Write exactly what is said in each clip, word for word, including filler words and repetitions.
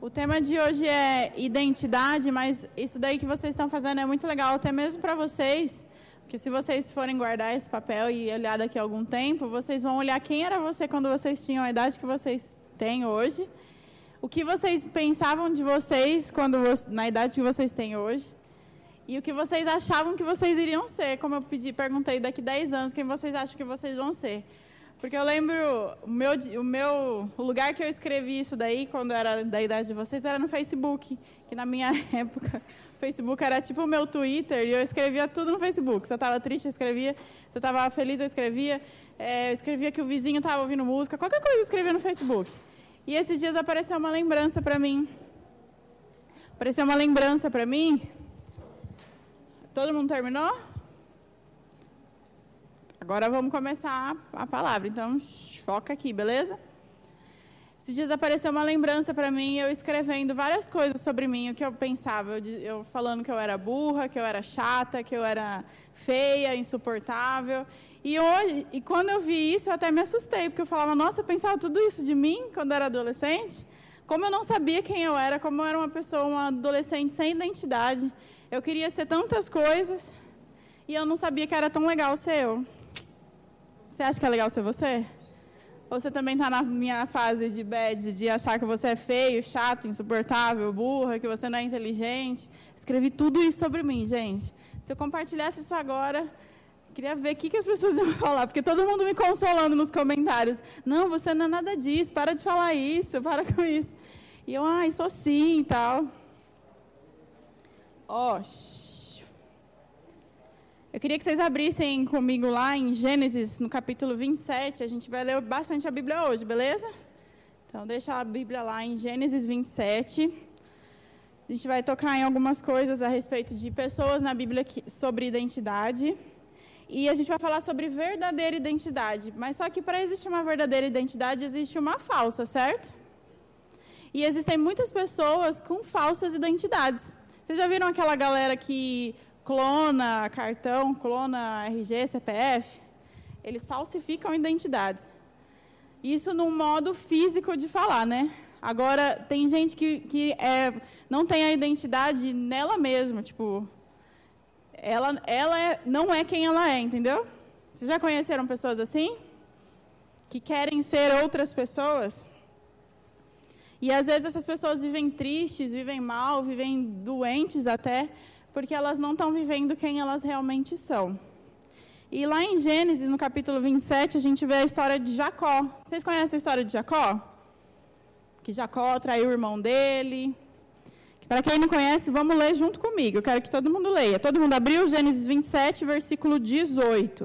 O tema de hoje é identidade, mas isso daí que vocês estão fazendo é muito legal, até mesmo para vocês, porque se vocês forem guardar esse papel e olhar daqui a algum tempo, vocês vão olhar quem era você quando vocês tinham a idade que vocês têm hoje, o que vocês pensavam de vocês quando na idade que vocês têm hoje, e o que vocês achavam que vocês iriam ser, como eu pedi, perguntei daqui a dez anos, quem vocês acham que vocês vão ser. Porque eu lembro, o meu, o meu o lugar que eu escrevi isso daí, quando era da idade de vocês, era no Facebook, que na minha época, o Facebook era tipo o meu Twitter, e eu escrevia tudo no Facebook. Se eu estava triste, eu escrevia, se eu estava feliz, eu escrevia, é, eu escrevia que o vizinho estava ouvindo música, qualquer coisa eu escrevia no Facebook. E esses dias apareceu uma lembrança para mim. Apareceu uma lembrança para mim. Todo mundo terminou? Agora vamos começar a palavra, então foca aqui, beleza? Esses dias apareceu uma lembrança para mim, eu escrevendo várias coisas sobre mim, o que eu pensava, eu, eu falando que eu era burra, que eu era chata, que eu era feia, insuportável. E, hoje, e quando eu vi isso, eu até me assustei, porque eu falava, nossa, eu pensava tudo isso de mim quando eu era adolescente? Como eu não sabia quem eu era, como eu era uma pessoa, uma adolescente sem identidade. Eu queria ser tantas coisas e eu não sabia que era tão legal ser eu. Você acha que é legal ser você? Ou você também está na minha fase de bad, de achar que você é feio, chato, insuportável, burra, que você não é inteligente? Escrevi tudo isso sobre mim, gente. Se eu compartilhasse isso agora, queria ver o que, que as pessoas iam falar, porque todo mundo me consolando nos comentários. Não, você não é nada disso, para de falar isso, para com isso. E eu, ai, sou sim e tal. Ó, oh, eu queria que vocês abrissem comigo lá em Gênesis, no capítulo vinte e sete. A gente vai ler bastante a Bíblia hoje, beleza? Então, deixa a Bíblia lá em Gênesis vinte e sete. A gente vai tocar em algumas coisas a respeito de pessoas na Bíblia que, sobre identidade. E a gente vai falar sobre verdadeira identidade. Mas só que para existir uma verdadeira identidade, existe uma falsa, certo? E existem muitas pessoas com falsas identidades. Vocês já viram aquela galera que clona cartão, clona R G, C P F? Eles falsificam identidades. Isso num modo físico de falar, né? Agora, tem gente que, que é, não tem a identidade nela mesma, tipo, ela, ela é, não é quem ela é, entendeu? Vocês já conheceram pessoas assim? Que querem ser outras pessoas? E às vezes essas pessoas vivem tristes, vivem mal, vivem doentes até, porque elas não estão vivendo quem elas realmente são. E lá em Gênesis, no capítulo vinte e sete, a gente vê a história de Jacó. Vocês conhecem a história de Jacó? Que Jacó traiu o irmão dele. Para quem não conhece, vamos ler junto comigo. Eu quero que todo mundo leia. Todo mundo abriu Gênesis vinte e sete, versículo dezoito.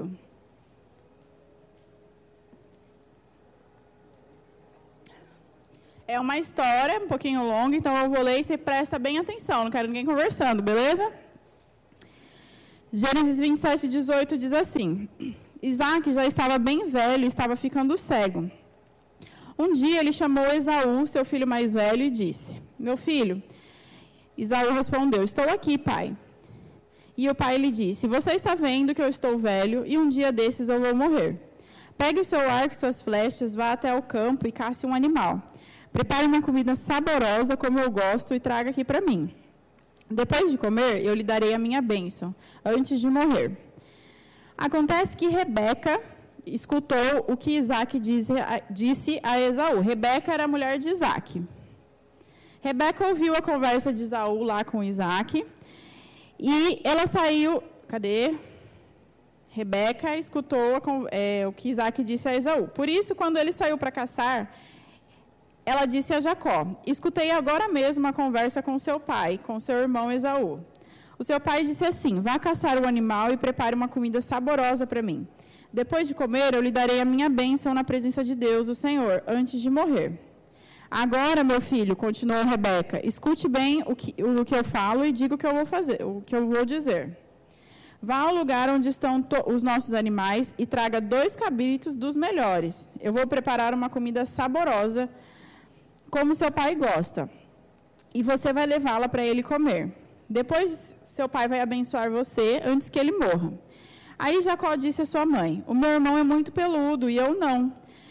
É uma história um pouquinho longa, então eu vou ler e você presta bem atenção. Não quero ninguém conversando, beleza? Gênesis vinte e sete, dezoito diz assim: Isaac já estava bem velho e estava ficando cego. Um dia ele chamou Esaú, seu filho mais velho, e disse: Meu filho. Esaú respondeu: Estou aqui, pai. E o pai lhe disse: Você está vendo que eu estou velho e um dia desses eu vou morrer. Pegue o seu arco e suas flechas, vá até o campo e casse um animal. Prepare uma comida saborosa como eu gosto e traga aqui para mim. Depois de comer, eu lhe darei a minha bênção, antes de morrer. Acontece que Rebeca escutou o que Isaac disse, disse a Esaú. Rebeca era a mulher de Isaac. Rebeca ouviu a conversa de Esaú lá com Isaac e ela saiu... Cadê? Rebeca escutou a, é, o que Isaac disse a Esaú. Por isso, quando ele saiu para caçar, ela disse a Jacó: Escutei agora mesmo a conversa com seu pai, com seu irmão Esaú. O seu pai disse assim: Vá caçar o animal e prepare uma comida saborosa para mim. Depois de comer, eu lhe darei a minha bênção na presença de Deus, o Senhor, antes de morrer. Agora, meu filho, continuou Rebeca, escute bem o que, o que eu falo e diga o que eu vou fazer, o que eu vou dizer. Vá ao lugar onde estão os nossos animais e traga dois cabritos dos melhores. Eu vou preparar uma comida saborosa, como seu pai gosta, e você vai levá-la para ele comer. Depois, seu pai vai abençoar você antes que ele morra. Aí Jacó disse à sua mãe: O meu irmão é muito peludo e eu não.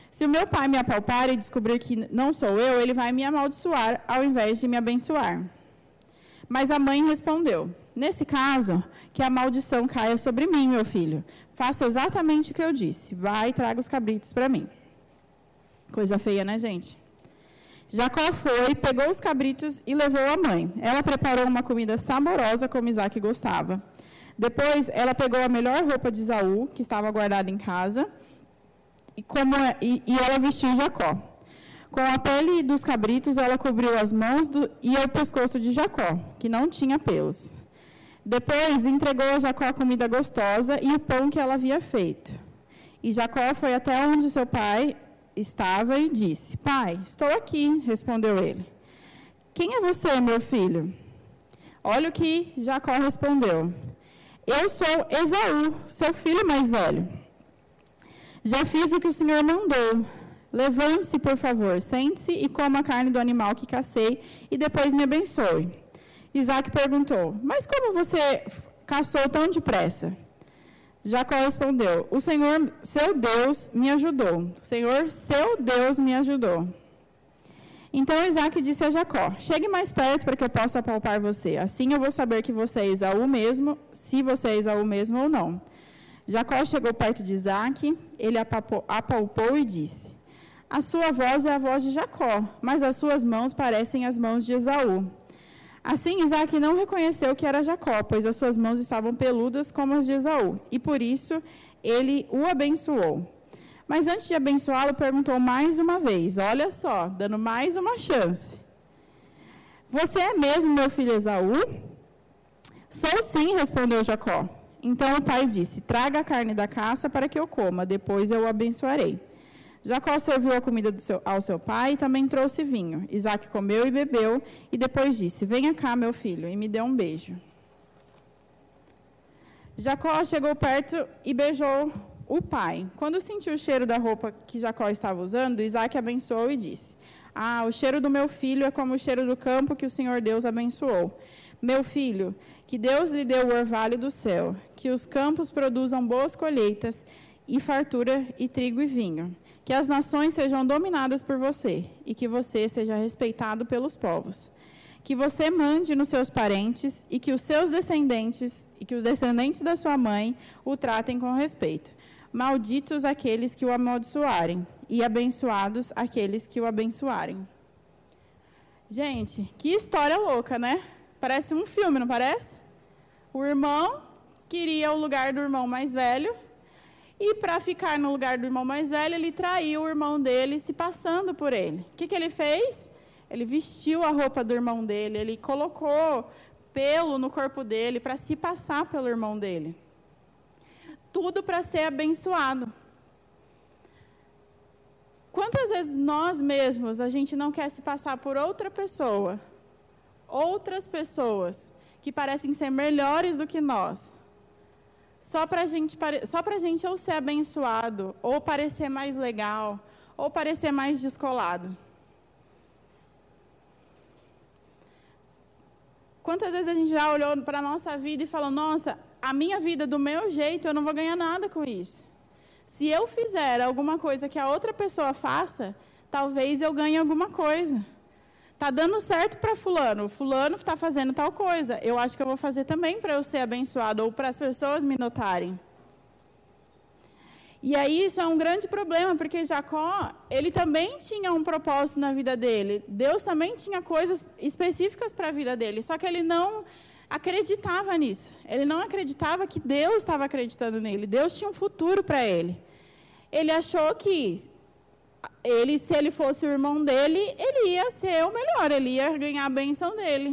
Se o meu pai me apalpar e descobrir que não sou eu, ele vai me amaldiçoar ao invés de me abençoar. Mas a mãe respondeu, nesse caso, que a maldição caia sobre mim, meu filho. Faça exatamente o que eu disse. Vai e traga os cabritos para mim. Coisa feia, né, gente? Jacó foi, pegou os cabritos e levou à mãe. Ela preparou uma comida saborosa como Isaac gostava. Depois, ela pegou a melhor roupa de Esaú, que estava guardada em casa, e, como, e, e ela vestiu Jacó. Com a pele dos cabritos, ela cobriu as mãos do, e o pescoço de Jacó, que não tinha pelos. Depois, entregou a Jacó a comida gostosa e o pão que ela havia feito. E Jacó foi até onde seu pai estava e disse, pai, estou aqui, respondeu ele. Quem é você, meu filho? Olha o que Jacó respondeu. Eu sou Esaú, seu filho mais velho. Já fiz o que o Senhor mandou. Levante-se, por favor, sente-se e coma a carne do animal que cacei e depois me abençoe. Isaac perguntou, mas como você caçou tão depressa? Jacó respondeu, o Senhor, seu Deus, me ajudou. O Senhor, seu Deus, me ajudou. Então Isaac disse a Jacó, chegue mais perto para que eu possa apalpar você. Assim eu vou saber que você é Esaú mesmo, se você é Esaú mesmo ou não. Jacó chegou perto de Isaac, ele apalpou, apalpou e disse, a sua voz é a voz de Jacó, mas as suas mãos parecem as mãos de Esaú. Assim, Isaac não reconheceu que era Jacó, pois as suas mãos estavam peludas como as de Esaú, e por isso ele o abençoou. Mas antes de abençoá-lo, perguntou mais uma vez, olha só, dando mais uma chance. Você é mesmo meu filho Esaú? Sou sim, respondeu Jacó. Então o pai disse, traga a carne da caça para que eu coma, depois eu o abençoarei. Jacó serviu a comida do seu, ao seu pai e também trouxe vinho. Isaac comeu e bebeu e depois disse, venha cá, meu filho, e me dê um beijo. Jacó chegou perto e beijou o pai. Quando sentiu o cheiro da roupa que Jacó estava usando, Isaac abençoou e disse, ah, o cheiro do meu filho é como o cheiro do campo que o Senhor Deus abençoou. Meu filho, que Deus lhe dê o orvalho do céu, que os campos produzam boas colheitas e fartura e trigo e vinho. Que as nações sejam dominadas por você e que você seja respeitado pelos povos. Que você mande nos seus parentes e que os seus descendentes e que os descendentes da sua mãe o tratem com respeito. Malditos aqueles que o amaldiçoarem e abençoados aqueles que o abençoarem. Gente, que história louca, né? Parece um filme, não parece? O irmão queria o lugar do irmão mais velho. E para ficar no lugar do irmão mais velho, ele traiu o irmão dele, se passando por ele. O que, que ele fez? Ele vestiu a roupa do irmão dele, ele colocou pelo no corpo dele para se passar pelo irmão dele. Tudo para ser abençoado. Quantas vezes nós mesmos, a gente não quer se passar por outra pessoa, outras pessoas que parecem ser melhores do que nós, só para gente, só para a gente ou ser abençoado, ou parecer mais legal, ou parecer mais descolado. Quantas vezes a gente já olhou para a nossa vida e falou, nossa, a minha vida do meu jeito, eu não vou ganhar nada com isso. Se eu fizer alguma coisa que a outra pessoa faça, talvez eu ganhe alguma coisa. Está dando certo para fulano, fulano está fazendo tal coisa, eu acho que eu vou fazer também para eu ser abençoado, ou para as pessoas me notarem. E aí isso é um grande problema, porque Jacó, ele também tinha um propósito na vida dele, Deus também tinha coisas específicas para a vida dele, só que ele não acreditava nisso, ele não acreditava que Deus estava acreditando nele, Deus tinha um futuro para ele. Ele achou que ele, se ele fosse o irmão dele, ele ia ser o melhor, ele ia ganhar a bênção dele.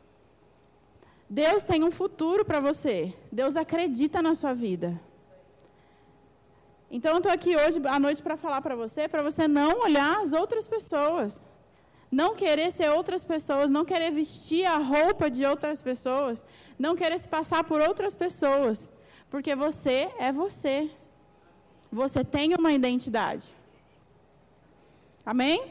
Deus tem um futuro para você. Deus acredita na sua vida. Então, eu estou aqui hoje, à noite, para falar para você, para você não olhar as outras pessoas. Não querer ser outras pessoas, não querer vestir a roupa de outras pessoas, não querer se passar por outras pessoas. Porque você é você. Você tem uma identidade. Amém?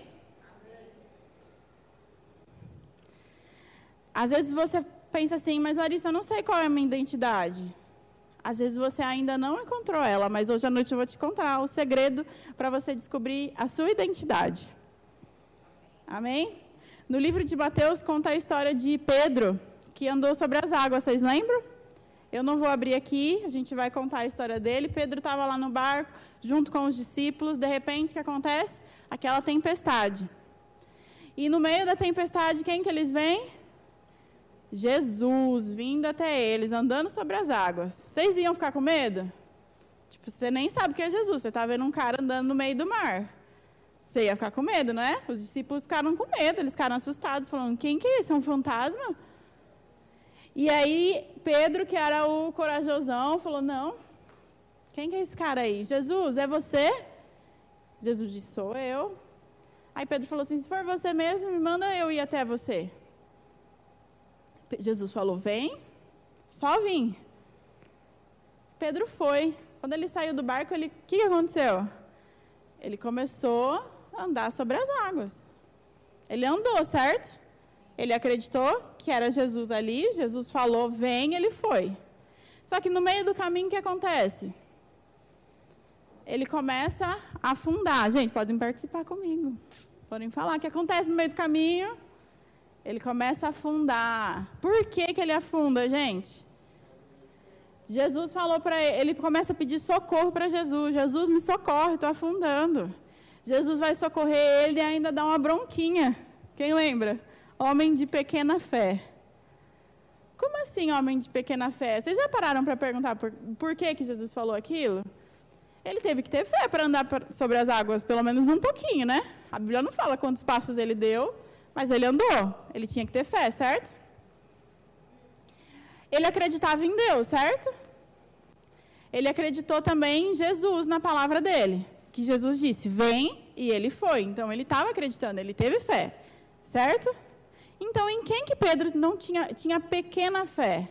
Às vezes você pensa assim, mas Larissa, eu não sei qual é a minha identidade. Às vezes você ainda não encontrou ela, mas hoje à noite eu vou te contar o segredo para você descobrir a sua identidade. Amém? No livro de Mateus conta a história de Pedro, que andou sobre as águas, vocês lembram? Eu não vou abrir aqui, a gente vai contar a história dele. Pedro estava lá no barco, junto com os discípulos, de repente, o que acontece? Aquela tempestade. E no meio da tempestade, quem que eles veem? Jesus, vindo até eles, andando sobre as águas. Vocês iam ficar com medo? Tipo, você nem sabe o que é Jesus, você está vendo um cara andando no meio do mar. Você ia ficar com medo, não é? Os discípulos ficaram com medo, eles ficaram assustados, falando, quem que é esse? É um fantasma? E aí, Pedro, que era o corajosão, falou, não, quem que é esse cara aí? Jesus, é você? Jesus disse, sou eu. Aí Pedro falou assim, se for você mesmo, me manda eu ir até você. Jesus falou, vem, só vim. Pedro foi. Quando ele saiu do barco, ele, o que, que aconteceu? Ele começou a andar sobre as águas. Ele andou, certo? Ele acreditou que era Jesus ali, Jesus falou, vem, ele foi. Só que no meio do caminho, o que acontece? Ele começa a afundar. Gente, podem participar comigo. Podem falar o que acontece no meio do caminho. Ele começa a afundar. Por que que ele afunda, gente? Jesus falou para ele, ele começa a pedir socorro para Jesus. Jesus, me socorre, estou afundando. Jesus vai socorrer ele e ainda dá uma bronquinha. Quem lembra? Homem de pequena fé. Como assim, homem de pequena fé? Vocês já pararam para perguntar por, por que que Jesus falou aquilo? Ele teve que ter fé para andar sobre as águas, pelo menos um pouquinho, né? A Bíblia não fala quantos passos ele deu, mas ele andou. Ele tinha que ter fé, certo? Ele acreditava em Deus, certo? Ele acreditou também em Jesus, na palavra dele. Que Jesus disse, vem, e ele foi. Então, ele estava acreditando, ele teve fé, certo? Então, em quem que Pedro não tinha, tinha pequena fé?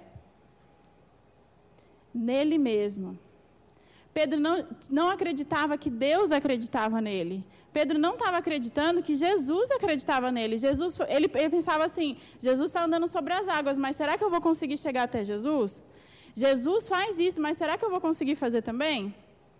Nele mesmo. Pedro não, não acreditava que Deus acreditava nele. Pedro não estava acreditando que Jesus acreditava nele. Jesus, ele, ele pensava assim, Jesus está andando sobre as águas, mas será que eu vou conseguir chegar até Jesus? Jesus faz isso, mas será que eu vou conseguir fazer também?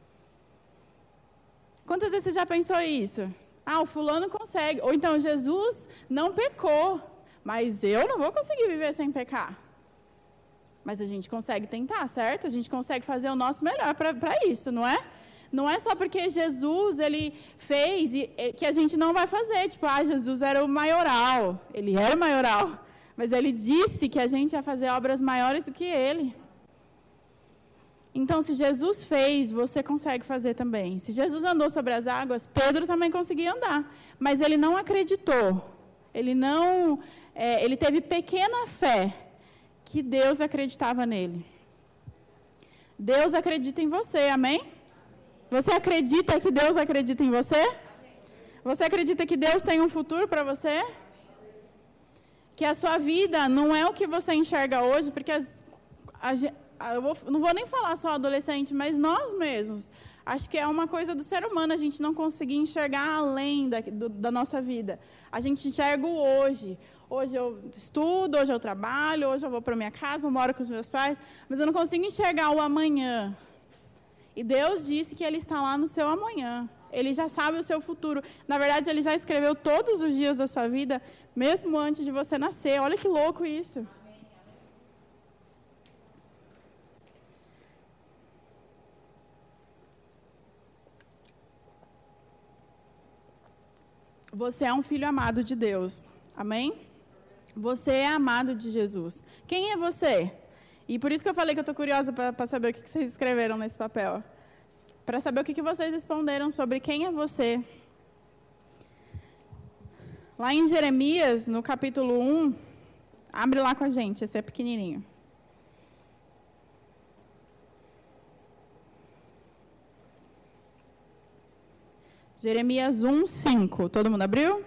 Quantas vezes você já pensou isso? Ah, o fulano consegue. Ou então, Jesus não pecou, mas eu não vou conseguir viver sem pecar. Mas a gente consegue tentar, certo? A gente consegue fazer o nosso melhor para isso, não é? Não é só porque Jesus, ele fez e, e, que a gente não vai fazer. Tipo, ah, Jesus era o maioral. Ele era o maioral. Mas ele disse que a gente ia fazer obras maiores do que ele. Então, se Jesus fez, você consegue fazer também. Se Jesus andou sobre as águas, Pedro também conseguia andar. Mas ele não acreditou. Ele não... É, ele teve pequena fé que Deus acreditava nele. Deus acredita em você, amém? Você acredita que Deus acredita em você? Você acredita que Deus tem um futuro para você? Que a sua vida não é o que você enxerga hoje, porque as, a, eu vou, não vou nem falar só adolescente, mas nós mesmos. Acho que é uma coisa do ser humano a gente não conseguir enxergar além da, do, da nossa vida. A gente enxerga o hoje. Hoje eu estudo, hoje eu trabalho, hoje eu vou para minha casa, eu moro com os meus pais, mas eu não consigo enxergar o amanhã. E Deus disse que Ele está lá no seu amanhã. Ele já sabe o seu futuro. Na verdade, Ele já escreveu todos os dias da sua vida, mesmo antes de você nascer. Olha que louco isso. Você é um filho amado de Deus. Amém? Você é amado de Jesus. Quem é você? E por isso que eu falei que eu estou curiosa para saber o que, que vocês escreveram nesse papel. Para saber o que, que vocês responderam sobre quem é você. Lá em Jeremias, no capítulo um, abre lá com a gente, esse é pequenininho. Jeremias um, cinco. Todo mundo abriu?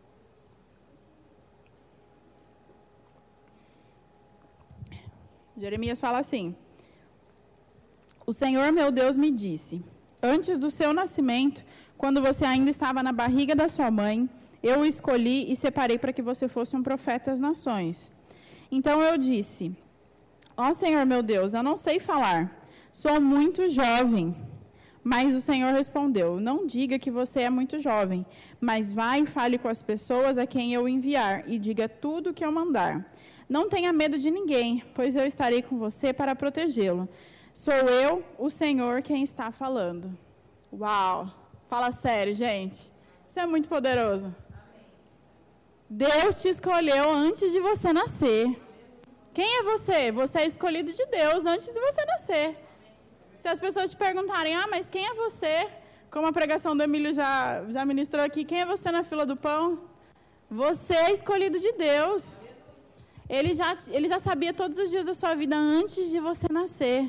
Jeremias fala assim: o Senhor meu Deus me disse, antes do seu nascimento, quando você ainda estava na barriga da sua mãe, eu o escolhi e separei para que você fosse um profeta às nações. Então eu disse, ó Senhor meu Deus, eu não sei falar, sou muito jovem. Mas o Senhor respondeu, não diga que você é muito jovem, mas vá e fale com as pessoas a quem eu enviar, e diga tudo o que eu mandar. Não tenha medo de ninguém, pois eu estarei com você para protegê-lo. Sou eu, o Senhor, quem está falando. Uau! Fala sério, gente. Isso é muito poderoso. Deus te escolheu antes de você nascer. Quem é você? Você é escolhido de Deus antes de você nascer. Se as pessoas te perguntarem, ah, mas quem é você? Como a pregação do Emílio já, já ministrou aqui, quem é você na fila do pão? Você é escolhido de Deus. Ele já, ele já sabia todos os dias da sua vida antes de você nascer.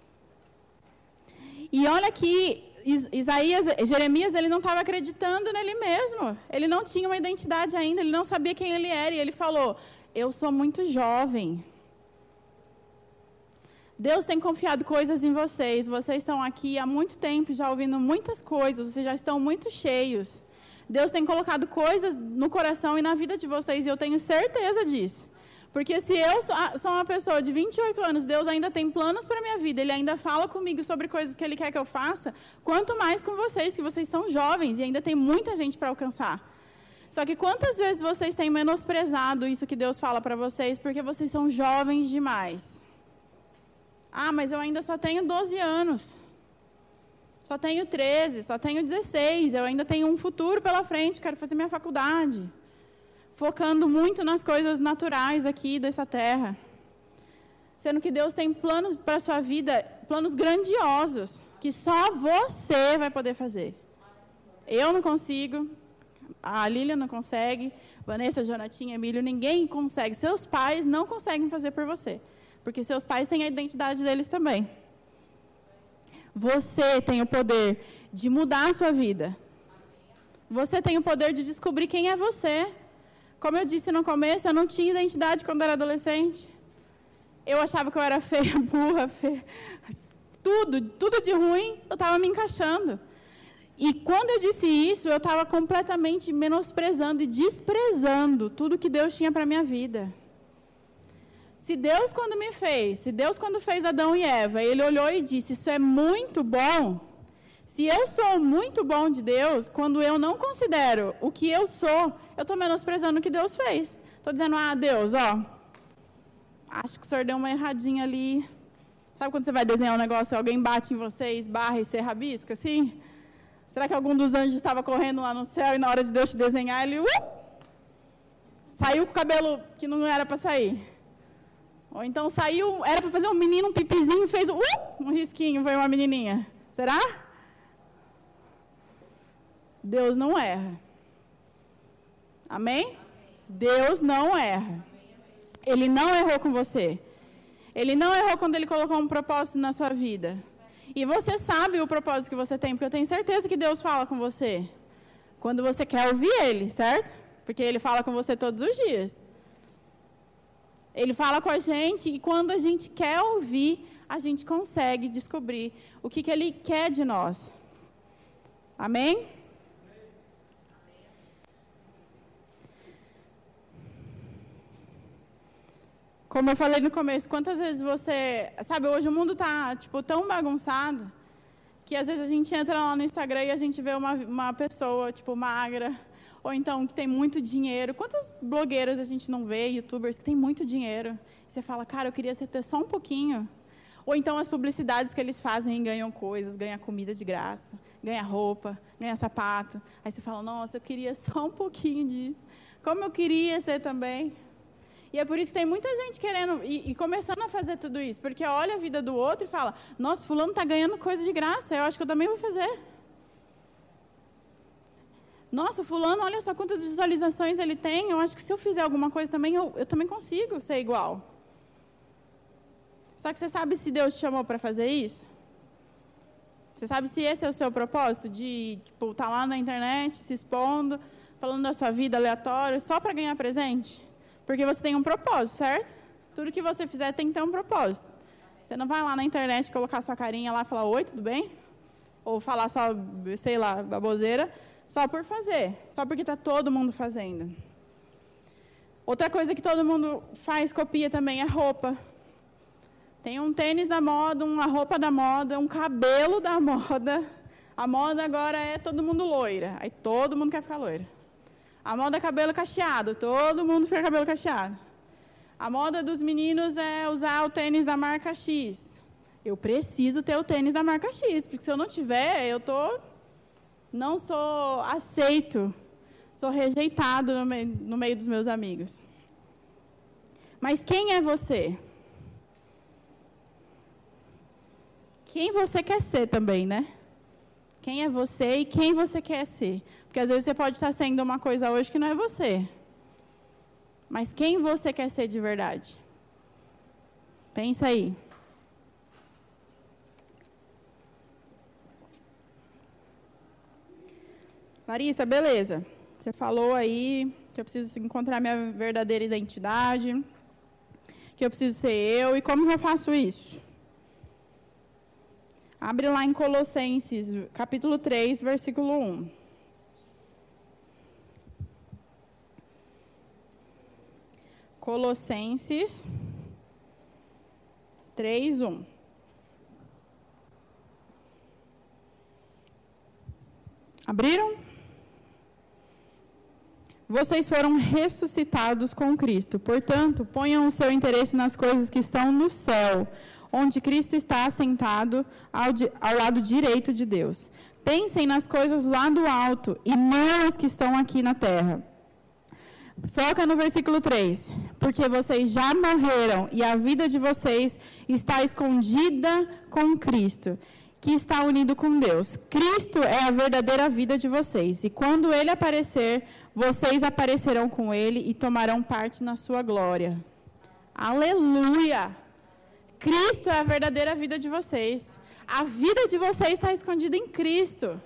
E olha que Isaías, Jeremias, ele não estava acreditando nele mesmo. Ele não tinha uma identidade ainda, ele não sabia quem ele era. E ele falou, eu sou muito jovem. Deus tem confiado coisas em vocês. Vocês estão aqui há muito tempo, já ouvindo muitas coisas. Vocês já estão muito cheios. Deus tem colocado coisas no coração e na vida de vocês. E eu tenho certeza disso. Porque se eu sou uma pessoa de vinte e oito anos, Deus ainda tem planos para a minha vida, Ele ainda fala comigo sobre coisas que Ele quer que eu faça, quanto mais com vocês, que vocês são jovens e ainda tem muita gente para alcançar. Só que quantas vezes vocês têm menosprezado isso que Deus fala para vocês, porque vocês são jovens demais? Ah, mas eu ainda só tenho doze anos, só tenho treze, só tenho dezesseis, eu ainda tenho um futuro pela frente, quero fazer minha faculdade. Focando muito nas coisas naturais aqui dessa terra. Sendo que Deus tem planos para a sua vida, planos grandiosos, que só você vai poder fazer. Eu não consigo, a Lília não consegue, Vanessa, Jonatinha, Emílio, ninguém consegue. Seus pais não conseguem fazer por você, porque seus pais têm a identidade deles também. Você tem o poder de mudar a sua vida. Você tem o poder de descobrir quem é você. Como eu disse no começo, eu não tinha identidade quando era adolescente. Eu achava que eu era feia, burra, feia. Tudo, tudo de ruim, eu estava me encaixando. E quando eu disse isso, eu estava completamente menosprezando e desprezando tudo que Deus tinha para a minha vida. Se Deus, quando me fez, se Deus, quando fez Adão e Eva, Ele olhou e disse, isso é muito bom. Se eu sou muito bom de Deus, quando eu não considero o que eu sou, eu estou menosprezando o que Deus fez. Estou dizendo, ah, Deus, ó, acho que o senhor deu uma erradinha ali. Sabe quando você vai desenhar um negócio e alguém bate em você, esbarra e você rabisca, assim? Será que algum dos anjos estava correndo lá no céu e na hora de Deus te desenhar, ele uh, saiu com o cabelo que não era para sair? Ou então saiu, era para fazer um menino, um pipizinho, fez uh, um risquinho, foi uma menininha. Será? Deus não erra. Amém? Amém? Deus não erra. Ele não errou com você. Ele não errou quando Ele colocou um propósito na sua vida. E você sabe o propósito que você tem, porque eu tenho certeza que Deus fala com você. Quando você quer ouvir Ele, certo? Porque Ele fala com você todos os dias. Ele fala com a gente e quando a gente quer ouvir, a gente consegue descobrir o que, que Ele quer de nós. Amém? Como eu falei no começo, quantas vezes você... Sabe, hoje o mundo está, tipo, tão bagunçado que às vezes a gente entra lá no Instagram e a gente vê uma, uma pessoa, tipo, magra, ou então que tem muito dinheiro. Quantas blogueiras a gente não vê, youtubers, que tem muito dinheiro? E você fala, cara, eu queria ter só um pouquinho. Ou então as publicidades que eles fazem ganham coisas, ganha comida de graça, ganha roupa, ganha sapato. Aí você fala, nossa, eu queria só um pouquinho disso. Como eu queria ser também. E é por isso que tem muita gente querendo e, e começando a fazer tudo isso, porque olha a vida do outro e fala, nossa, fulano está ganhando coisa de graça, eu acho que eu também vou fazer. Nossa, fulano, olha só quantas visualizações ele tem, eu acho que se eu fizer alguma coisa também, eu, eu também consigo ser igual. Só que você sabe se Deus te chamou para fazer isso? Você sabe se esse é o seu propósito, de tipo, estar lá na internet, se expondo, falando da sua vida aleatória, só para ganhar presente? Porque você tem um propósito, certo? Tudo que você fizer tem que ter um propósito. Você não vai lá na internet colocar sua carinha lá e falar, oi, tudo bem? Ou falar só, sei lá, baboseira, só por fazer. Só porque está todo mundo fazendo. Outra coisa que todo mundo faz, copia também, é roupa. Tem um tênis da moda, uma roupa da moda, um cabelo da moda. A moda agora é todo mundo loira. Aí todo mundo quer ficar loira. A moda é cabelo cacheado. Todo mundo fica cabelo cacheado. A moda dos meninos é usar o tênis da marca X. Eu preciso ter o tênis da marca X, porque se eu não tiver, eu tô, não sou aceito, sou rejeitado no meio, no meio dos meus amigos. Mas quem é você? Quem você quer ser também, né? Quem é você e quem você quer ser? Porque às vezes você pode estar sendo uma coisa hoje que não é você. Mas quem você quer ser de verdade? Pensa aí. Larissa, beleza. Você falou aí que eu preciso encontrar minha verdadeira identidade, que eu preciso ser eu. E como que eu faço isso? Abre lá em Colossenses, capítulo três, versículo um. Colossenses três, um. Abriram? Vocês foram ressuscitados com Cristo. Portanto, ponham o seu interesse nas coisas que estão no céu, onde Cristo está assentado ao, di- ao lado direito de Deus. Pensem nas coisas lá do alto e não as que estão aqui na terra. Foca no versículo três. Porque vocês já morreram e a vida de vocês está escondida com Cristo, que está unido com Deus. Cristo é a verdadeira vida de vocês. E quando Ele aparecer, vocês aparecerão com Ele e tomarão parte na sua glória. Aleluia! Cristo é a verdadeira vida de vocês. A vida de vocês está escondida em Cristo.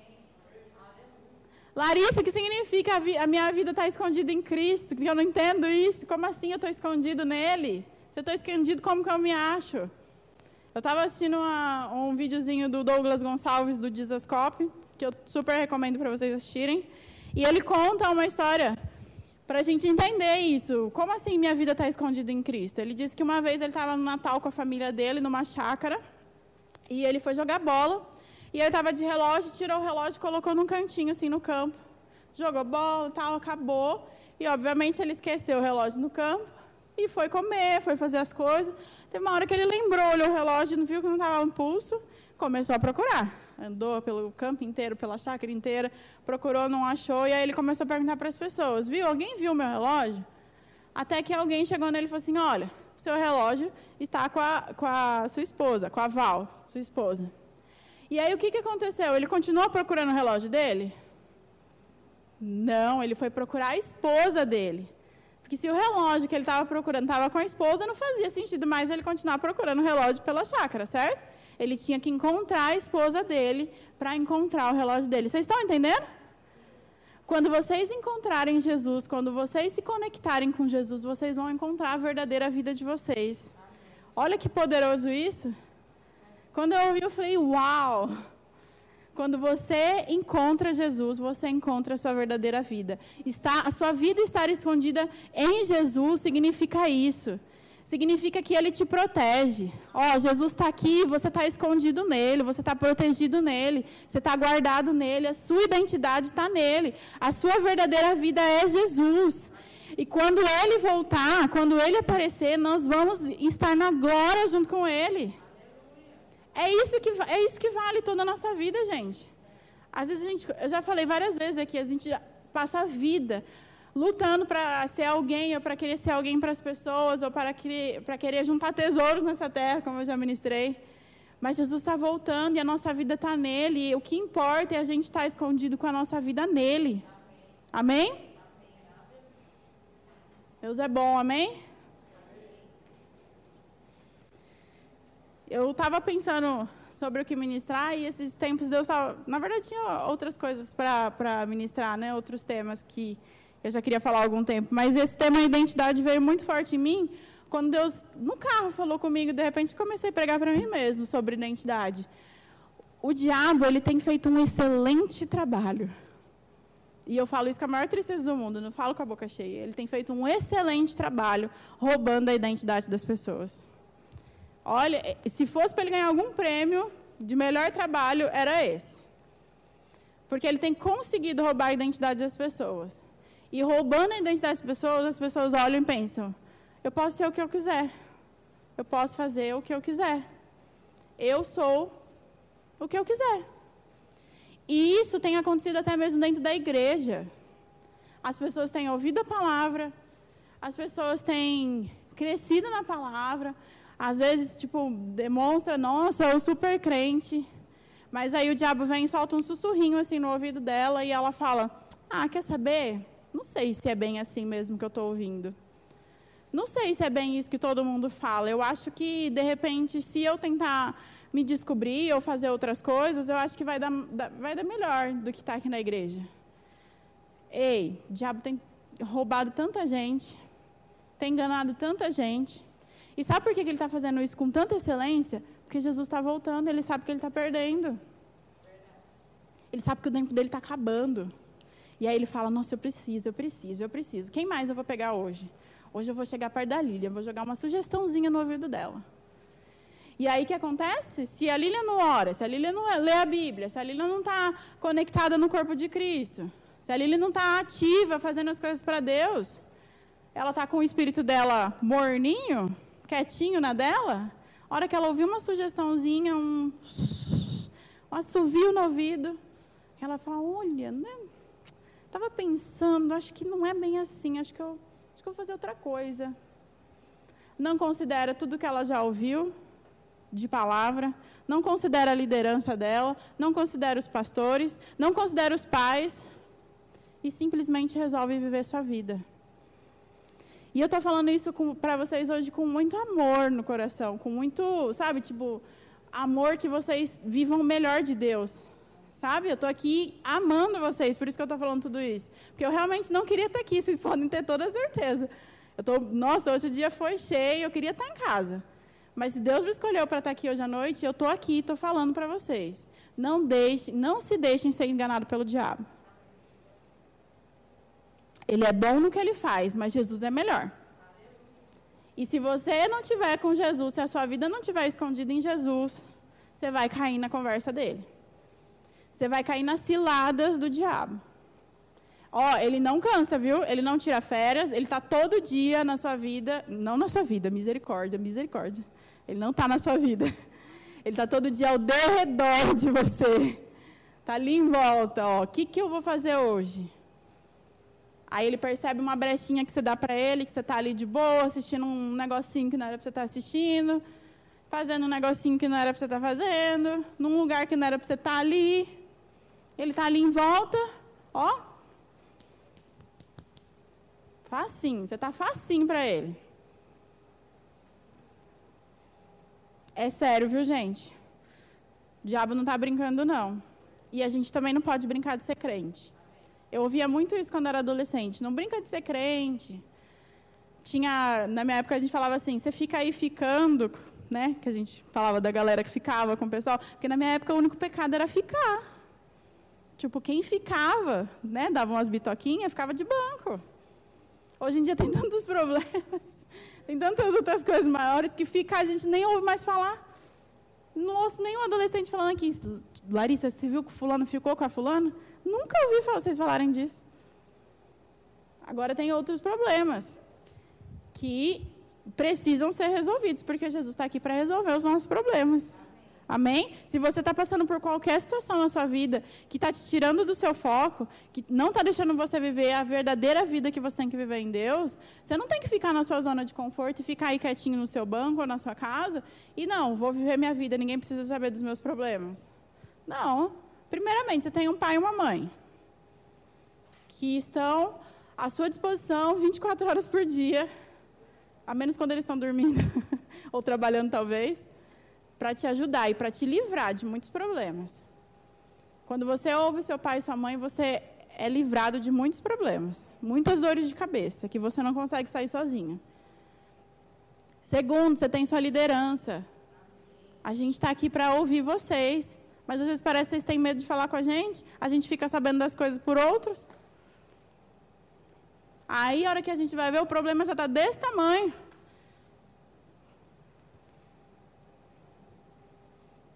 Larissa, o que significa a, vi- a minha vida está escondida em Cristo? Que eu não entendo isso. Como assim eu estou escondido nele? Se eu estou escondido, como que eu me acho? Eu estava assistindo uma, um videozinho do Douglas Gonçalves, do Dizascope, que eu super recomendo para vocês assistirem. E ele conta uma história para a gente entender isso. Como assim minha vida está escondida em Cristo? Ele disse que uma vez ele estava no Natal com a família dele, numa chácara, e ele foi jogar bola. E ele estava de relógio, tirou o relógio e colocou num cantinho, assim, no campo. Jogou bola e tal, acabou. E, obviamente, ele esqueceu o relógio no campo e foi comer, foi fazer as coisas. Teve uma hora que ele lembrou, olhou o relógio, não viu que não estava no pulso, começou a procurar. Andou pelo campo inteiro, pela chácara inteira, procurou, não achou, e aí ele começou a perguntar para as pessoas, viu, alguém viu o meu relógio? Até que alguém chegou nele e falou assim, olha, o seu relógio está com a, com a sua esposa, com a Val, sua esposa. E aí, o que, que aconteceu? Ele continuou procurando o relógio dele? Não, ele foi procurar a esposa dele. Porque se o relógio que ele estava procurando estava com a esposa, não fazia sentido mais ele continuar procurando o relógio pela chácara, certo? Ele tinha que encontrar a esposa dele para encontrar o relógio dele. Vocês estão entendendo? Quando vocês encontrarem Jesus, quando vocês se conectarem com Jesus, vocês vão encontrar a verdadeira vida de vocês. Olha que poderoso isso. Quando eu ouvi, eu falei, uau! Quando você encontra Jesus, você encontra a sua verdadeira vida. Está, a sua vida estar escondida em Jesus significa isso. Significa que Ele te protege. Ó, Jesus está aqui, você está escondido nele, você está protegido nele, você está guardado nele, a sua identidade está nele. A sua verdadeira vida é Jesus. E quando Ele voltar, quando Ele aparecer, nós vamos estar na glória junto com Ele. É isso, que, é isso que vale toda a nossa vida, gente. Às vezes, a gente, eu já falei várias vezes aqui, a gente passa a vida lutando para ser alguém, ou para querer ser alguém para as pessoas, ou para querer, para querer juntar tesouros nessa terra, como eu já ministrei. Mas Jesus está voltando e a nossa vida está nele. E o que importa é a gente estar escondido com a nossa vida nele. Amém? Deus é bom, amém? Eu estava pensando sobre o que ministrar e esses tempos Deus estava... Na verdade, tinha outras coisas para ministrar, né? Outros temas que eu já queria falar há algum tempo. Mas esse tema identidade veio muito forte em mim quando Deus, no carro, falou comigo. De repente, comecei a pregar para mim mesmo sobre identidade. O diabo, ele tem feito um excelente trabalho. E eu falo isso com a maior tristeza do mundo, não falo com a boca cheia. Ele tem feito um excelente trabalho roubando a identidade das pessoas. Olha, se fosse para ele ganhar algum prêmio de melhor trabalho, era esse. Porque ele tem conseguido roubar a identidade das pessoas. E roubando a identidade das pessoas, as pessoas olham e pensam, eu posso ser o que eu quiser. Eu posso fazer o que eu quiser. Eu sou o que eu quiser. E isso tem acontecido até mesmo dentro da igreja. As pessoas têm ouvido a palavra, as pessoas têm crescido na palavra, às vezes, tipo, demonstra, nossa, eu sou super crente, mas aí o diabo vem e solta um sussurrinho assim no ouvido dela e ela fala, ah, quer saber? Não sei se é bem assim mesmo que eu estou ouvindo. Não sei se é bem isso que todo mundo fala. Eu acho que, de repente, se eu tentar me descobrir ou fazer outras coisas, eu acho que vai dar, vai dar melhor do que estar aqui na igreja. Ei, o diabo tem roubado tanta gente, tem enganado tanta gente. E sabe por que ele está fazendo isso com tanta excelência? Porque Jesus está voltando, ele sabe que ele está perdendo. Ele sabe que o tempo dele está acabando. E aí ele fala, nossa, eu preciso, eu preciso, eu preciso. Quem mais eu vou pegar hoje? Hoje eu vou chegar perto da Lília, vou jogar uma sugestãozinha no ouvido dela. E aí o que acontece? Se a Lília não ora, se a Lília não lê a Bíblia, se a Lília não está conectada no corpo de Cristo, se a Lília não está ativa, fazendo as coisas para Deus, ela está com o espírito dela morninho, quietinho na dela, a hora que ela ouviu uma sugestãozinha, um, um assovio no ouvido, ela fala, olha, né, estava pensando, acho que não é bem assim, acho que, eu, acho que eu vou fazer outra coisa. Não considera tudo que ela já ouviu de palavra, não considera a liderança dela, não considera os pastores, não considera os pais, e simplesmente resolve viver sua vida. E eu estou falando isso para vocês hoje com muito amor no coração, com muito, sabe, tipo, amor que vocês vivam o melhor de Deus, sabe? Eu estou aqui amando vocês, por isso que eu estou falando tudo isso. Porque eu realmente não queria estar aqui, vocês podem ter toda a certeza. Eu tô, nossa, hoje o dia foi cheio, eu queria estar em casa. Mas se Deus me escolheu para estar aqui hoje à noite, eu estou aqui, estou falando para vocês. Não, deixe, não se deixem ser enganados pelo diabo. Ele é bom no que ele faz, mas Jesus é melhor. E se você não estiver com Jesus, se a sua vida não estiver escondida em Jesus, você vai cair na conversa dele. Você vai cair nas ciladas do diabo. Ó, ele não cansa, viu? Ele não tira férias, ele está todo dia na sua vida, não na sua vida, misericórdia, misericórdia. Ele não está na sua vida. Ele está todo dia ao derredor de você. Está ali em volta, ó. O que, que eu vou fazer hoje? Aí ele percebe uma brechinha que você dá para ele, que você está ali de boa, assistindo um negocinho que não era para você estar assistindo, fazendo um negocinho que não era para você estar fazendo, num lugar que não era para você estar ali. Ele está ali em volta, ó. Facinho, você está facinho para ele. É sério, viu, gente? O diabo não está brincando, não. E a gente também não pode brincar de ser crente. Eu ouvia muito isso quando era adolescente. Não brinca de ser crente. Tinha, na minha época, a gente falava assim, você fica aí ficando, né? Que a gente falava da galera que ficava com o pessoal. Porque na minha época o único pecado era ficar. Tipo, quem ficava, né? Dava umas bitoquinhas, ficava de banco. Hoje em dia tem tantos problemas, tem tantas outras coisas maiores que ficar a gente nem ouve mais falar. Não ouço nenhum adolescente falando aqui, Larissa, você viu que o fulano ficou com a fulana? Nunca ouvi vocês falarem disso. Agora tem outros problemas que precisam ser resolvidos, porque Jesus está aqui para resolver os nossos problemas. Amém? Se você está passando por qualquer situação na sua vida que está te tirando do seu foco, que não está deixando você viver a verdadeira vida que você tem que viver em Deus, você não tem que ficar na sua zona de conforto e ficar aí quietinho no seu banco ou na sua casa e não, vou viver minha vida, ninguém precisa saber dos meus problemas. Não. Primeiramente, você tem um pai e uma mãe que estão à sua disposição vinte e quatro horas por dia, a menos quando eles estão dormindo ou trabalhando talvez, para te ajudar e para te livrar de muitos problemas. Quando você ouve seu pai e sua mãe, você é livrado de muitos problemas, muitas dores de cabeça, que você não consegue sair sozinho. Segundo, você tem sua liderança. A gente está aqui para ouvir vocês, mas às vezes parece que vocês têm medo de falar com a gente, a gente fica sabendo das coisas por outros. Aí, a hora que a gente vai ver, o problema já está desse tamanho.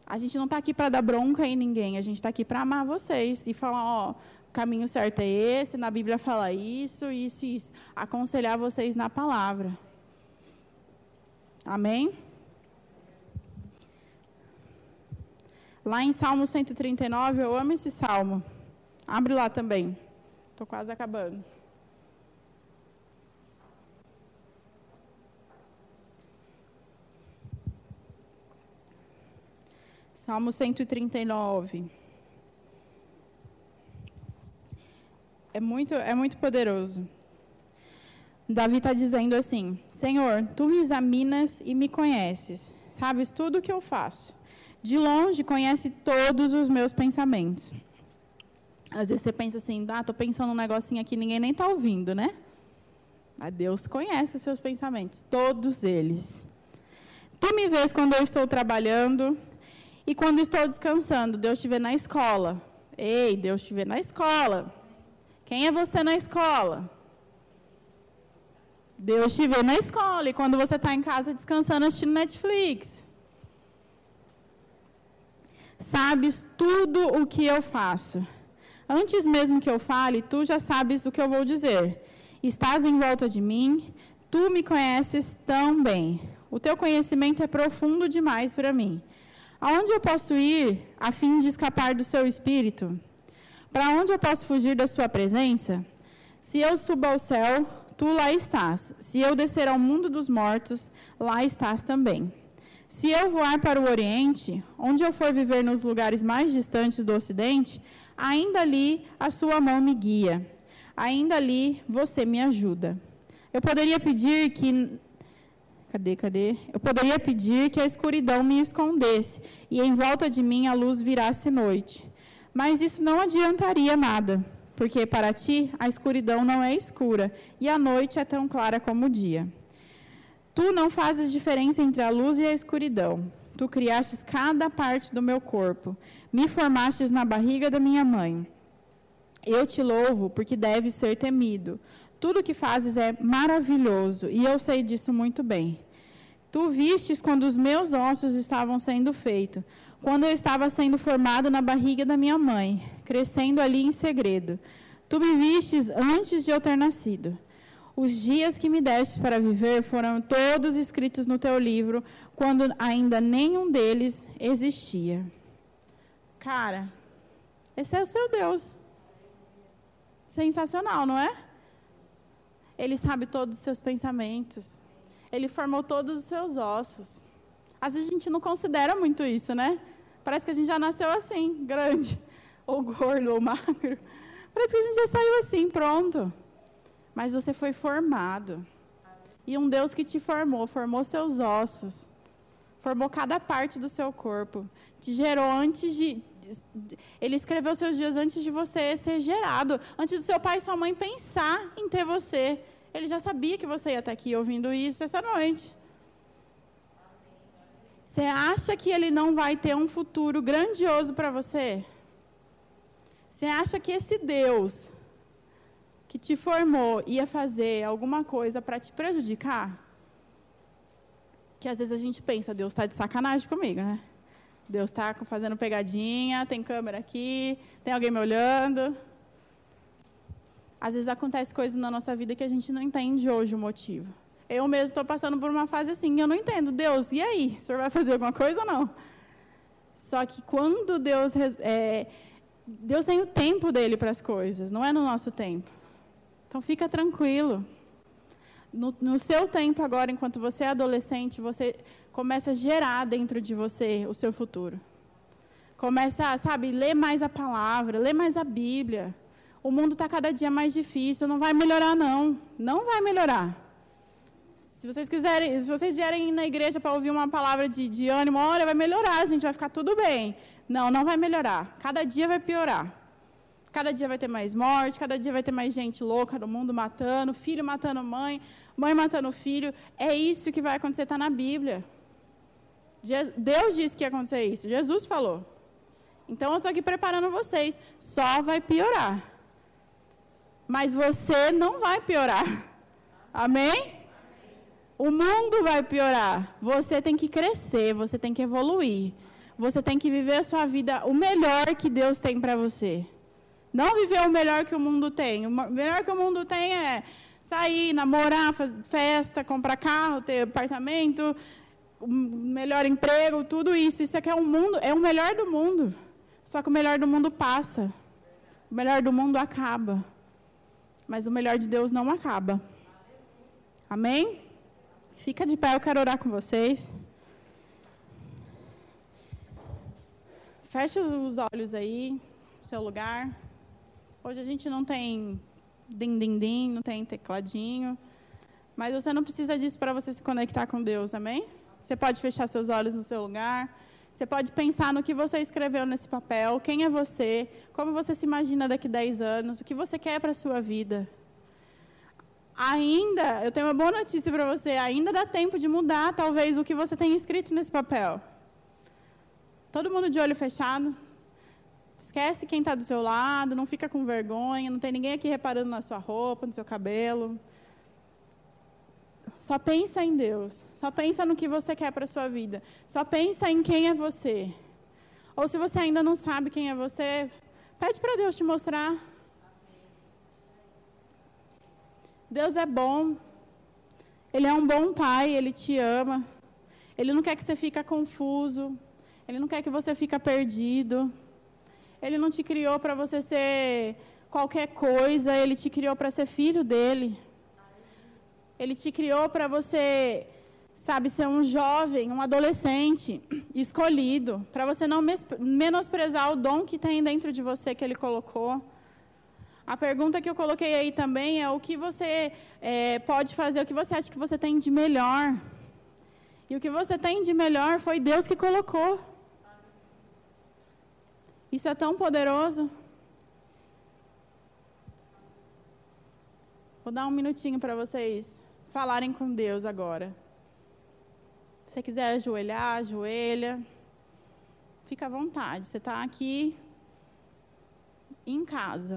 A gente não está aqui para dar bronca em ninguém, a gente está aqui para amar vocês e falar, ó, o caminho certo é esse, na Bíblia fala isso, isso e isso. Aconselhar vocês na palavra. Amém? Lá em Salmo cento e trinta e nove, eu amo esse salmo. Abre lá também. Estou quase acabando. Salmo cento e trinta e nove. É muito, é muito poderoso. Davi está dizendo assim, Senhor, Tu me examinas e me conheces, sabes tudo o que eu faço. De longe conhece todos os meus pensamentos. Às vezes você pensa assim, ah, estou pensando um negocinho aqui, ninguém nem está ouvindo, né? Mas Deus conhece os seus pensamentos, todos eles. Tu me vês quando eu estou trabalhando e quando estou descansando. Deus te vê na escola. Ei, Deus te vê na escola. Quem é você na escola? Deus te vê na escola. E quando você está em casa descansando, assistindo Netflix. Sabes tudo o que eu faço. Antes mesmo que eu fale, tu já sabes o que eu vou dizer. Estás em volta de mim, tu me conheces tão bem. O teu conhecimento é profundo demais para mim. Aonde eu posso ir a fim de escapar do seu espírito? Para onde eu posso fugir da sua presença? Se eu subo ao céu, tu lá estás. Se eu descer ao mundo dos mortos, lá estás também. Se eu voar para o Oriente, onde eu for viver nos lugares mais distantes do Ocidente, ainda ali a sua mão me guia. Ainda ali você me ajuda. Eu poderia pedir que... Cadê, cadê? Eu poderia pedir que a escuridão me escondesse e em volta de mim a luz virasse noite. Mas isso não adiantaria nada, porque para ti a escuridão não é escura e a noite é tão clara como o dia. Tu não fazes diferença entre a luz e a escuridão. Tu criastes cada parte do meu corpo. Me formastes na barriga da minha mãe. Eu te louvo porque deves ser temido. Tudo o que fazes é maravilhoso e eu sei disso muito bem. Tu vistes quando os meus ossos estavam sendo feitos, quando eu estava sendo formado na barriga da minha mãe, crescendo ali em segredo. Tu me vistes antes de eu ter nascido. Os dias que me destes para viver foram todos escritos no teu livro, quando ainda nenhum deles existia. Cara, esse é o seu Deus. Sensacional, não é? Ele sabe todos os seus pensamentos. Ele formou todos os seus ossos. Às vezes a gente não considera muito isso, né? Parece que a gente já nasceu assim, grande, ou gordo, ou magro. Parece que a gente já saiu assim, pronto. Mas você foi formado. E um Deus que te formou, formou seus ossos. Formou cada parte do seu corpo. Te gerou antes de... Ele escreveu seus dias antes de você ser gerado. Antes do seu pai e sua mãe pensar em ter você. Ele já sabia que você ia estar aqui ouvindo isso essa noite. Você acha que ele não vai ter um futuro grandioso para você? Você acha que esse Deus que te formou ia fazer alguma coisa para te prejudicar? Que às vezes a gente pensa, Deus está de sacanagem comigo, né? Deus está fazendo pegadinha, tem câmera aqui, tem alguém me olhando. Às vezes acontece coisas na nossa vida que a gente não entende hoje o motivo. Eu mesmo estou passando por uma fase assim, eu não entendo. Deus, e aí? O senhor vai fazer alguma coisa ou não? Só que quando Deus... É, Deus tem o tempo dele para as coisas, não é no nosso tempo. Então fica tranquilo. No, no seu tempo agora, enquanto você é adolescente, você começa a gerar dentro de você o seu futuro. Começa, sabe, ler mais a palavra, ler mais a Bíblia. O mundo está cada dia mais difícil, não vai melhorar não. Não vai melhorar. Se vocês quiserem, se vocês vierem na igreja para ouvir uma palavra de, de ânimo, olha, vai melhorar, a gente vai ficar tudo bem. Não, não vai melhorar. Cada dia vai piorar. Cada dia vai ter mais morte, cada dia vai ter mais gente louca no mundo matando, filho matando mãe, mãe matando filho. É isso que vai acontecer, está na Bíblia. Deus disse que ia acontecer isso, Jesus falou. Então eu estou aqui preparando vocês. Só vai piorar. Mas você não vai piorar. Amém? O mundo vai piorar. Você tem que crescer, você tem que evoluir. você tem que viver a sua vida, o melhor que Deus tem para você. Não viver o melhor que o mundo tem. O melhor que o mundo tem é sair, namorar, fazer festa, comprar carro, ter apartamento, o melhor emprego, tudo isso. Isso aqui é um mundo, é o melhor do mundo. Só que o melhor do mundo passa. O melhor do mundo acaba. Mas o melhor de Deus não acaba. Amém? Fica de pé, eu quero orar com vocês. Feche os olhos aí, no seu lugar. Hoje a gente não tem din-din-din, não tem tecladinho. Mas você não precisa disso para você se conectar com Deus, amém? Você pode fechar seus olhos no seu lugar. Você pode pensar no que você escreveu nesse papel, quem é você, como você se imagina daqui a dez anos, o que você quer para a sua vida. Ainda, eu tenho uma boa notícia para você, ainda dá tempo de mudar, talvez, o que você tem escrito nesse papel. Todo mundo de olho fechado. Esquece quem está do seu lado, não fica com vergonha, não tem ninguém aqui reparando na sua roupa, no seu cabelo. Só pensa em Deus, só pensa no que você quer para a sua vida, só pensa em quem é você. Ou se você ainda não sabe quem é você, pede para Deus te mostrar. Deus é bom, Ele é um bom pai, Ele te ama, Ele não quer que você fique confuso, Ele não quer que você fique perdido, Ele não te criou para você ser qualquer coisa, Ele te criou para ser filho dEle. Ele te criou para você, sabe, ser um jovem, um adolescente escolhido, para você não menosprezar o dom que tem dentro de você que Ele colocou. A pergunta que eu coloquei aí também é o que você é, pode fazer, o que você acha que você tem de melhor. E o que você tem de melhor foi Deus que colocou. Isso é tão poderoso. Vou dar um minutinho para vocês falarem com Deus agora. Se você quiser ajoelhar, ajoelha. Fica à vontade. Você está aqui em casa.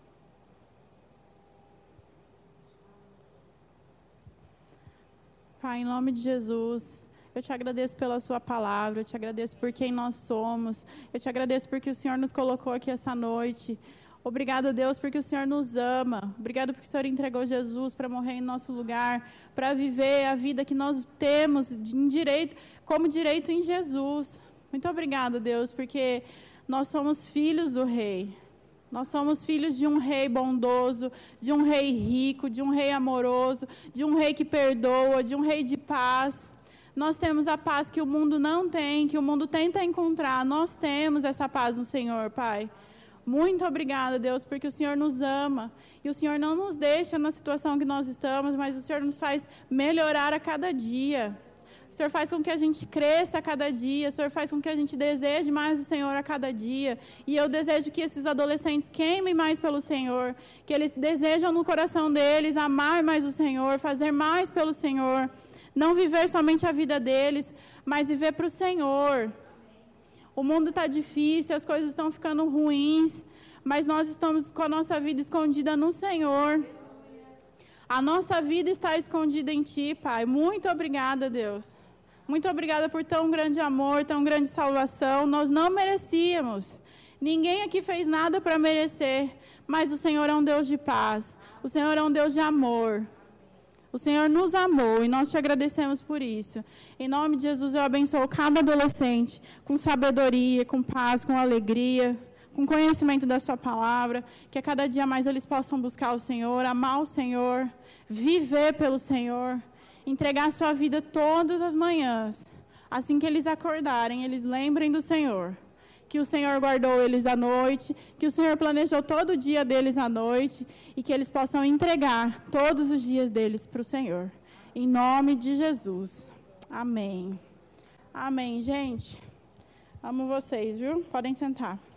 Pai, em nome de Jesus, eu te agradeço pela sua palavra, eu te agradeço por quem nós somos, eu te agradeço porque o Senhor nos colocou aqui essa noite. Obrigada, Deus, porque o Senhor nos ama. Obrigada porque o Senhor entregou Jesus para morrer em nosso lugar, para viver a vida que nós temos em direito, como direito em Jesus. Muito obrigada, Deus, porque nós somos filhos do Rei. Nós somos filhos de um Rei bondoso, de um Rei rico, de um Rei amoroso, de um Rei que perdoa, de um Rei de paz. Nós temos a paz que o mundo não tem, que o mundo tenta encontrar. Nós temos essa paz no Senhor, Pai. Muito obrigada, Deus, porque o Senhor nos ama. E o Senhor não nos deixa na situação que nós estamos, mas o Senhor nos faz melhorar a cada dia. O Senhor faz com que a gente cresça a cada dia. O Senhor faz com que a gente deseje mais o Senhor a cada dia. E eu desejo que esses adolescentes queimem mais pelo Senhor. Que eles desejam no coração deles amar mais o Senhor, fazer mais pelo Senhor. Não viver somente a vida deles, mas viver para o Senhor. O mundo está difícil, as coisas estão ficando ruins, mas nós estamos com a nossa vida escondida no Senhor. A nossa vida está escondida em Ti, Pai. Muito obrigada, Deus. Muito obrigada por tão grande amor, tão grande salvação. Nós não merecíamos. Ninguém aqui fez nada para merecer, mas o Senhor é um Deus de paz. O Senhor é um Deus de amor. O Senhor nos amou e nós te agradecemos por isso. Em nome de Jesus, eu abençoo cada adolescente com sabedoria, com paz, com alegria, com conhecimento da sua palavra, que a cada dia mais eles possam buscar o Senhor, amar o Senhor, viver pelo Senhor, entregar a sua vida todas as manhãs. Assim que eles acordarem, eles lembrem do Senhor. Que o Senhor guardou eles à noite, que o Senhor planejou todo o dia deles à noite e que eles possam entregar todos os dias deles para o Senhor. Em nome de Jesus. Amém. Amém, gente. Amo vocês, viu? Podem sentar.